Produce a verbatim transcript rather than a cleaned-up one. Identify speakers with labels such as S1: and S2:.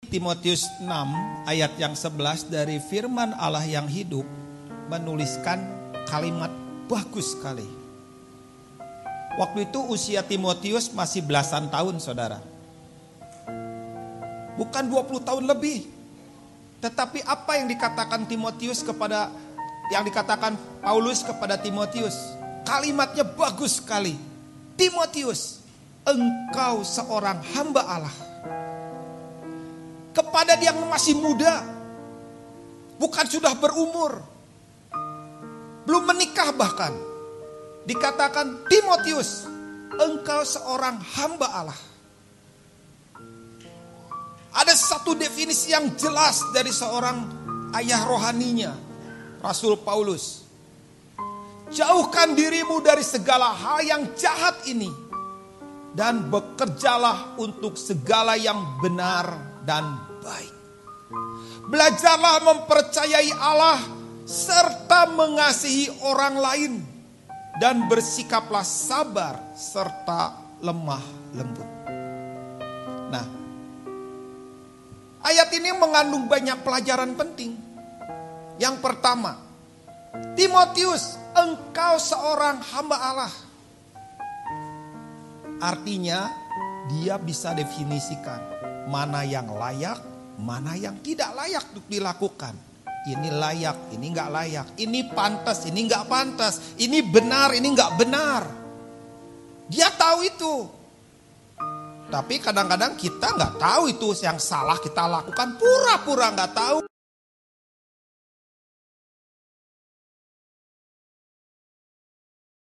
S1: Timotius enam ayat yang sebelas dari firman Allah yang hidup menuliskan kalimat bagus sekali. Waktu itu usia Timotius masih belasan tahun, saudara. Bukan dua puluh tahun lebih. Tetapi apa yang dikatakan Timotius kepada yang dikatakan Paulus kepada Timotius, kalimatnya bagus sekali. Timotius, engkau seorang hamba Allah. Kepada dia yang masih muda, bukan sudah berumur, belum menikah bahkan, dikatakan Timotius, engkau seorang hamba Allah. Ada satu definisi yang jelas dari seorang ayah rohaninya, Rasul Paulus. Jauhkan dirimu dari segala hal yang jahat ini, dan bekerjalah untuk segala yang benar dan baik. Belajarlah mempercayai Allah serta mengasihi orang lain, dan bersikaplah sabar serta lemah lembut. Nah, ayat ini mengandung banyak pelajaran penting. Yang pertama, Timotius, engkau seorang hamba Allah. Artinya dia bisa definisikan mana yang layak, mana yang tidak layak untuk dilakukan. Ini layak, ini gak layak. Ini pantas, ini gak pantas. Ini benar, ini gak benar. Dia tahu itu. Tapi kadang-kadang kita gak tahu itu yang salah kita lakukan. Pura-pura gak tahu.